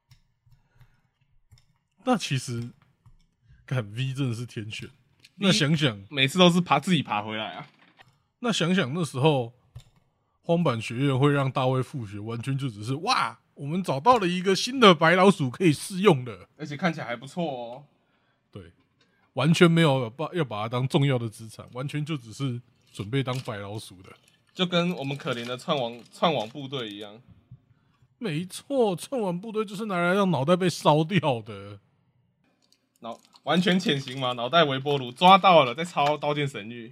[SPEAKER 1] 那其实，看 V 真的是天选。那想想，
[SPEAKER 2] 每次都是爬自己爬回来啊。
[SPEAKER 1] 那想想那时候，荒坂学院会让大卫复学，完全就只是哇，我们找到了一个新的白老鼠可以试用的，
[SPEAKER 2] 而且看起来还不错哦。
[SPEAKER 1] 对，完全没有把要把它当重要的资产，完全就只是准备当白老鼠的，
[SPEAKER 2] 就跟我们可怜的串网串网部队一样。
[SPEAKER 1] 没错，串网部队就是拿来让脑袋被烧掉的。
[SPEAKER 2] 脑完全潜行嘛，脑袋微波炉抓到了，再抄《刀剑神域》。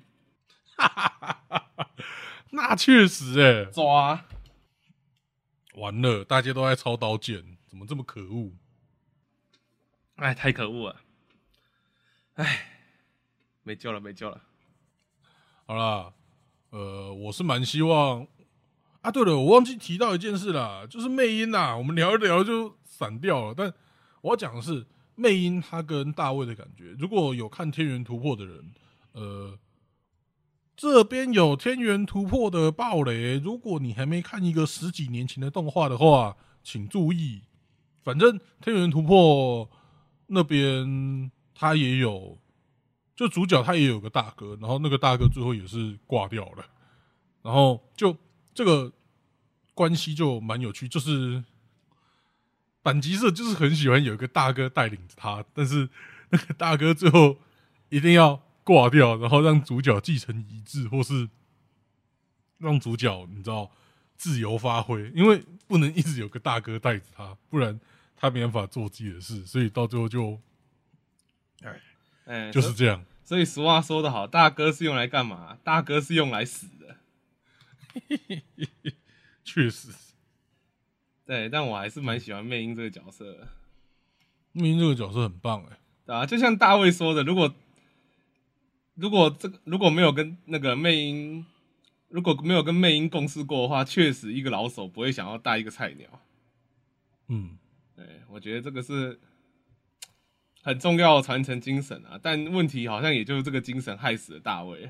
[SPEAKER 1] 那确实哎、欸，
[SPEAKER 2] 抓
[SPEAKER 1] 完了，大家都在抄刀剑，怎么这么可恶？
[SPEAKER 2] 哎，太可恶了！哎，没救了，没救了。
[SPEAKER 1] 好啦，呃，我是蛮希望啊。对了，我忘记提到一件事啦，就是魅音啦，我们聊一聊就散掉了。但我要讲的是，魅音他跟大卫的感觉，如果有看《天元突破》的人，呃。这边有天元突破的爆雷，如果你还没看一个十几年前的动画的话，请注意。反正天元突破那边他也有，就主角他也有个大哥，然后那个大哥最后也是挂掉了，然后就这个关系就蛮有趣，就是板吉社就是很喜欢有一个大哥带领着他，但是那个大哥最后一定要挂掉，然后让主角继承遗志，或是让主角你知道自由发挥，因为不能一直有个大哥带着他，不然他没办法做自己的事，所以到最后就，哎，哎，就是这样。
[SPEAKER 2] 所以俗话说得好，大哥是用来干嘛？大哥是用来死的。
[SPEAKER 1] 确实，
[SPEAKER 2] 对，但我还是蛮喜欢魅音这个角色的。
[SPEAKER 1] 魅音这个角色很棒哎、欸，
[SPEAKER 2] 对啊，就像大卫说的，如果如果这个如果没有跟那个魅音，如果没有跟魅音共事过的话，确实一个老手不会想要带一个菜鸟。
[SPEAKER 1] 嗯，
[SPEAKER 2] 对，我觉得这个是很重要的传承精神啊。但问题好像也就是这个精神害死了大卫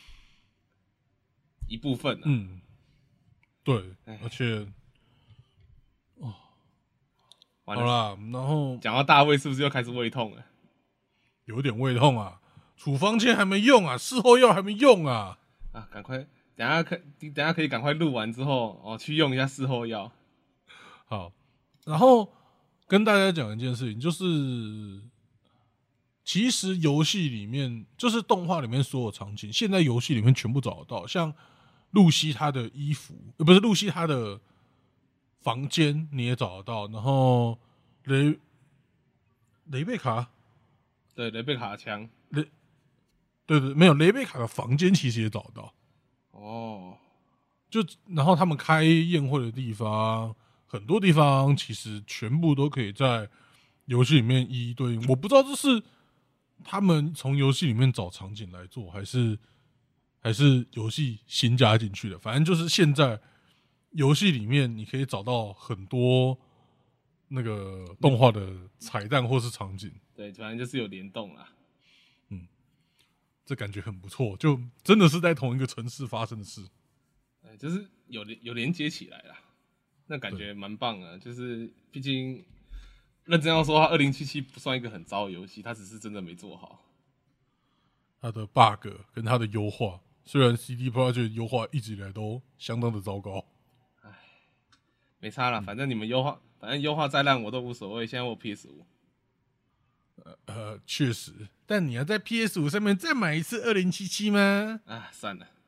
[SPEAKER 2] 一部分啊。
[SPEAKER 1] 嗯，对，而且哦，好啦，然后
[SPEAKER 2] 讲到大卫是不是又开始胃痛了？
[SPEAKER 1] 有点胃痛啊。处方签还没用啊，事后药还没用啊！
[SPEAKER 2] 啊，赶快，等下可等下可以赶快录完之后哦，去用一下事后药。
[SPEAKER 1] 好，然后跟大家讲一件事情，就是其实游戏里面，就是动画里面所有场景，现在游戏里面全部找得到。像露西她的衣服，呃，不是露西她的房间你也找得到，然后雷雷贝卡，
[SPEAKER 2] 对，雷贝卡的枪，
[SPEAKER 1] 雷。对对，没有雷贝卡的房间其实也找得到
[SPEAKER 2] 哦，
[SPEAKER 1] 就然后他们开宴会的地方，很多地方其实全部都可以在游戏里面一一对应。我不知道这是他们从游戏里面找场景来做，还是还是游戏新加进去的。反正就是现在游戏里面你可以找到很多那个动画的彩蛋或是场景。
[SPEAKER 2] 对，反正就是有联动啦。
[SPEAKER 1] 这感觉很不错，就真的是在同一个城市发生的事，
[SPEAKER 2] 哎，就是有有连接起来啦，那感觉蛮棒的。就是毕竟认真要说，二零七七不算一个很糟的游戏，它只是真的没做好。
[SPEAKER 1] 它的 bug 跟它的优化，虽然 C D Projekt 优化一直以来都相当的糟糕，
[SPEAKER 2] 哎，没差啦，反正你们优化，反正优化再烂我都无所谓。现在我 P S 五。
[SPEAKER 1] 呃，确实，但你要在 P S 五 上面再买一次二零七七吗？
[SPEAKER 2] 啊，算了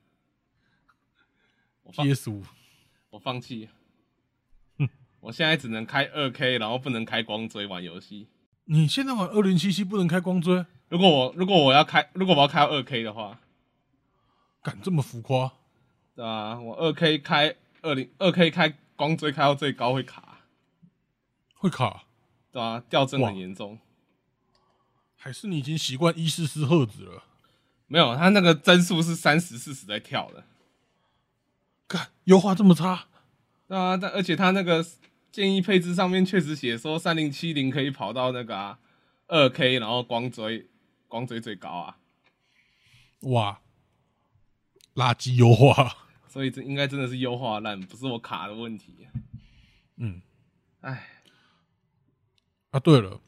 [SPEAKER 1] ，P S 五，
[SPEAKER 2] 我放弃。我现在只能开 二 K， 然后不能开光追玩游戏。
[SPEAKER 1] 你现在玩二零七七不能开光追？
[SPEAKER 2] 如果我如果我要开，如果我要开到 二 K 的话，
[SPEAKER 1] 敢这么浮夸？
[SPEAKER 2] 对啊，我 二 K 开二零二 K 开光追开到最高会卡，
[SPEAKER 1] 会卡，
[SPEAKER 2] 对啊，掉帧很严重。
[SPEAKER 1] 还是你已经习惯一四四赫兹了？
[SPEAKER 2] 没有，它那个帧数是三十、四十在跳的。
[SPEAKER 1] 看优化这么差？
[SPEAKER 2] 对啊，但而且它那个建议配置上面确实写说三零七零可以跑到那个啊二 K， 然后光追光追最高啊！
[SPEAKER 1] 哇，垃圾优化，
[SPEAKER 2] 所以这应该真的是优化烂，不是我卡的问题。
[SPEAKER 1] 嗯，
[SPEAKER 2] 哎，
[SPEAKER 1] 啊，对了，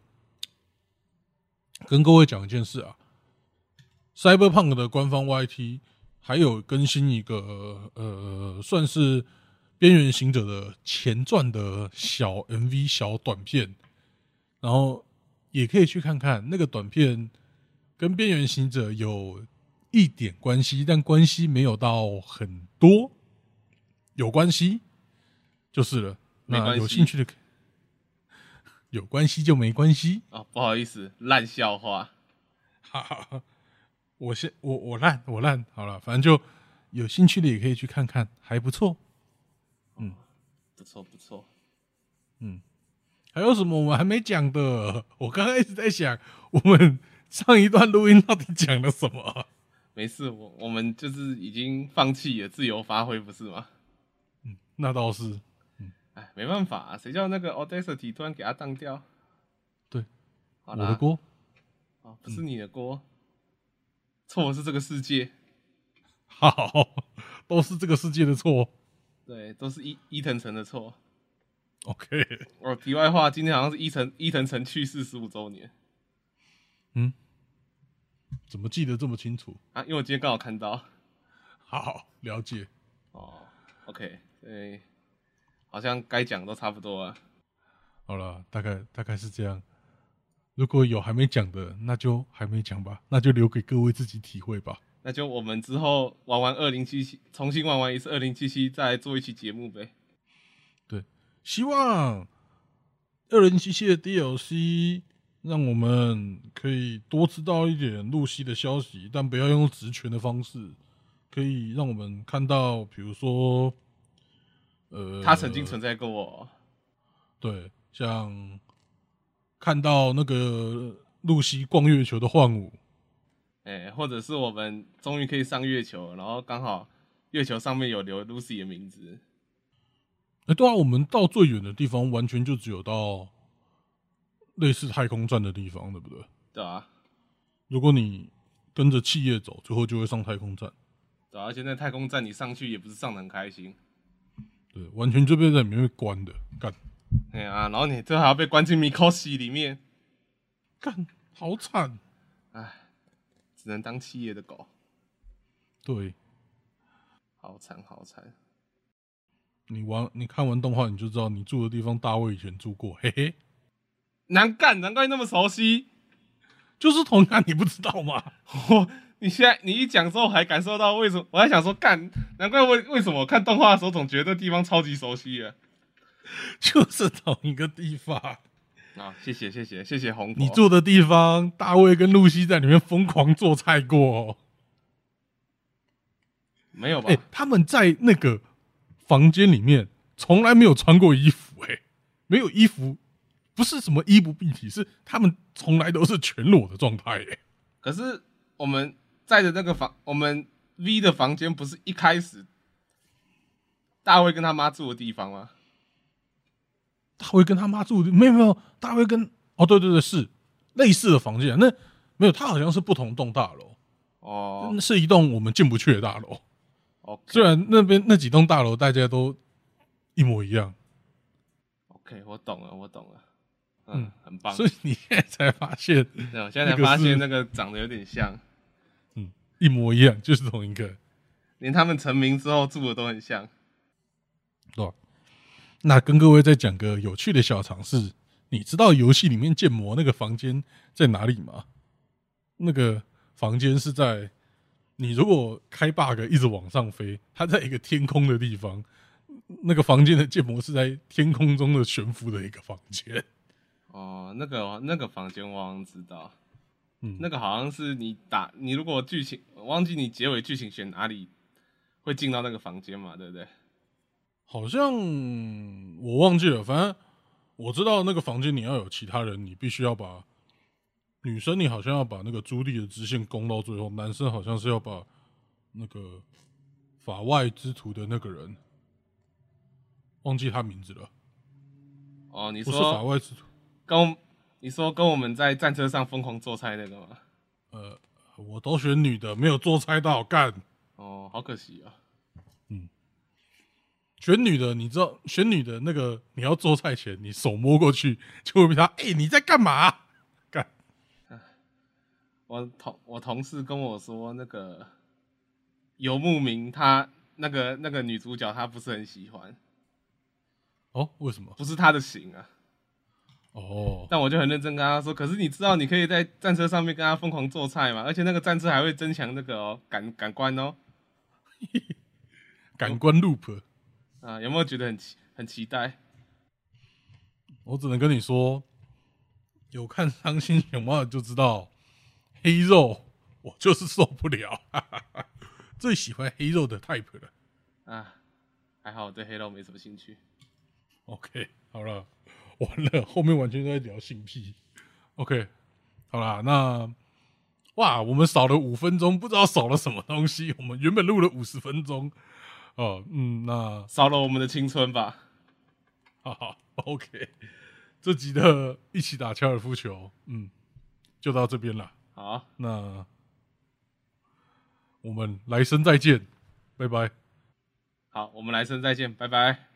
[SPEAKER 1] 跟各位讲一件事啊 ，Cyberpunk 的官方 Y T 还有更新一个呃，算是边缘行者的前传的小 M V 小短片，然后也可以去看看那个短片，跟边缘行者有一点关系，但关系没有到很多，有关系就是了。那有兴趣的，有关系就没关系
[SPEAKER 2] 哦，不好意思，烂笑话。
[SPEAKER 1] 哈哈，我先我我烂我烂好了，反正就有兴趣的也可以去看看，还不错。嗯，
[SPEAKER 2] 不错不错。
[SPEAKER 1] 嗯，还有什么我们还没讲的？我刚刚一直在想，我们上一段录音到底讲了什么？
[SPEAKER 2] 没事，我我们就是已经放弃了自由发挥，不是吗？
[SPEAKER 1] 嗯，那倒是。
[SPEAKER 2] 哎，没办法、啊，谁叫那个 Audacity 突然给他当掉？
[SPEAKER 1] 对，
[SPEAKER 2] 我
[SPEAKER 1] 的锅。
[SPEAKER 2] 哦，不是你的锅，错、嗯、是这个世界。
[SPEAKER 1] 好，都是这个世界的错。
[SPEAKER 2] 对，都是伊伊藤诚的错。
[SPEAKER 1] OK。
[SPEAKER 2] 哦，题外话，今天好像是伊藤伊藤诚去世十五周年。
[SPEAKER 1] 嗯，怎么记得这么清楚
[SPEAKER 2] 啊？因为我今天刚好看到。
[SPEAKER 1] 好，了解。
[SPEAKER 2] 哦 ，OK， 对。好像该讲都差不多了。
[SPEAKER 1] 好了，大概大概是这样。如果有还没讲的，那就还没讲吧，那就留给各位自己体会吧。
[SPEAKER 2] 那就我们之后玩完二零七七，重新玩完一次二零七七，再做一期节目呗。
[SPEAKER 1] 对，希望二零七七的 D L C 让我们可以多知道一点露西的消息，但不要用职权的方式，可以让我们看到，比如说。呃，
[SPEAKER 2] 他曾经存在过、哦，
[SPEAKER 1] 对，像看到那个露西逛月球的幻舞，
[SPEAKER 2] 哎、欸，或者是我们终于可以上月球，然后刚好月球上面有留 Lucy 的名字。
[SPEAKER 1] 哎、欸，对啊，我们到最远的地方，完全就只有到类似太空站的地方，对不对？
[SPEAKER 2] 对啊。
[SPEAKER 1] 如果你跟着企业走，最后就会上太空站。
[SPEAKER 2] 对啊，而且那太空站你上去也不是上得很开心。
[SPEAKER 1] 对，完全就被在里面被关的，干。
[SPEAKER 2] 哎呀、啊，然后你最后还要被关进 Mikoshi 里面，
[SPEAKER 1] 干，好惨。
[SPEAKER 2] 哎，只能当企业的狗。
[SPEAKER 1] 对，
[SPEAKER 2] 好惨好惨。
[SPEAKER 1] 你玩你看完动画你就知道，你住的地方大卫以前住过，嘿嘿。
[SPEAKER 2] 难干，难怪那么熟悉，
[SPEAKER 1] 就是同样，你不知道吗？
[SPEAKER 2] 我。你现在你一讲之后，还感受到为什么？我还想说，干，难怪为为什么我看动画的时候总觉得地方超级熟悉的，
[SPEAKER 1] 就是同一个地方
[SPEAKER 2] 啊！谢谢谢谢谢谢红
[SPEAKER 1] 你住的地方，大卫跟露西在里面疯狂做菜过、哦，
[SPEAKER 2] 没有吧？
[SPEAKER 1] 欸、他们在那个房间里面从来没有穿过衣服、欸，哎，没有衣服，不是什么衣不蔽体，是他们从来都是全裸的状态、欸，
[SPEAKER 2] 可是我们。在的那个房，我们 V 的房间不是一开始大卫跟他妈住的地方吗？
[SPEAKER 1] 大卫跟他妈住的没有没有，大卫跟哦对对对是类似的房间、啊，那没有，他好像是不同栋大楼哦，是一栋我们进不去的大楼。Okay. 虽然那边那几栋大楼大家都一模一样。
[SPEAKER 2] OK， 我懂了，我懂了，嗯，嗯很棒。
[SPEAKER 1] 所以你现在才发现，
[SPEAKER 2] 对，我现在才发现那个长得有点像。
[SPEAKER 1] 一模一样，就是同一个，
[SPEAKER 2] 连他们成名之后住的都很像，
[SPEAKER 1] 对吧？那跟各位再讲个有趣的小常识，你知道游戏里面建模那个房间在哪里吗？那个房间是在你如果开 bug 一直往上飞，它在一个天空的地方，那个房间的建模是在天空中的悬浮的一个房间。
[SPEAKER 2] 哦，那个那个房间我好像知道。
[SPEAKER 1] 嗯，
[SPEAKER 2] 那个好像是你打你如果剧情我忘记你结尾剧情选哪里会进到那个房间嘛，对不对？
[SPEAKER 1] 好像我忘记了，反正我知道那个房间你要有其他人，你必须要把女生你好像要把那个朱莉的支线攻到最后，男生好像是要把那个法外之徒的那个人忘记他名字了。
[SPEAKER 2] 哦，你说
[SPEAKER 1] 不是法外之徒，
[SPEAKER 2] 跟你说跟我们在战车上疯狂做菜那个吗？
[SPEAKER 1] 呃，我都选女的，没有做菜到干。
[SPEAKER 2] 哦，好可惜啊。
[SPEAKER 1] 嗯，选女的，你知道选女的那个，你要做菜前，你手摸过去，就会问他，哎、欸，你在干嘛？干。
[SPEAKER 2] 我同我同事跟我说，那个游牧民他那个那个女主角他不是很喜欢。
[SPEAKER 1] 哦，为什么？
[SPEAKER 2] 不是他的型啊。
[SPEAKER 1] 哦，
[SPEAKER 2] 但我就很认真跟他说，可是你知道你可以在战车上面跟他疯狂做菜嘛？而且那个战车还会增强那个哦感感官哦，
[SPEAKER 1] 感官 loop
[SPEAKER 2] 啊，有没有觉得很期很期待？
[SPEAKER 1] 我只能跟你说，有看《伤心熊猫》的就知道，黑肉我就是受不了，哈哈哈，最喜欢黑肉的 type 了。
[SPEAKER 2] 啊，还好我对黑肉没什么兴趣。
[SPEAKER 1] OK， 好了，完了，后面完全都在聊性癖。OK， 好啦，那哇，我们少了五分钟，不知道少了什么东西。我们原本录了五十分钟，哦，嗯，那
[SPEAKER 2] 少了我们的青春吧。
[SPEAKER 1] 好好 ，OK， 这集的一起打高尔夫球，嗯，就到这边了。
[SPEAKER 2] 好，
[SPEAKER 1] 那我们来生再见，拜拜。
[SPEAKER 2] 好，我们来生再见，拜拜。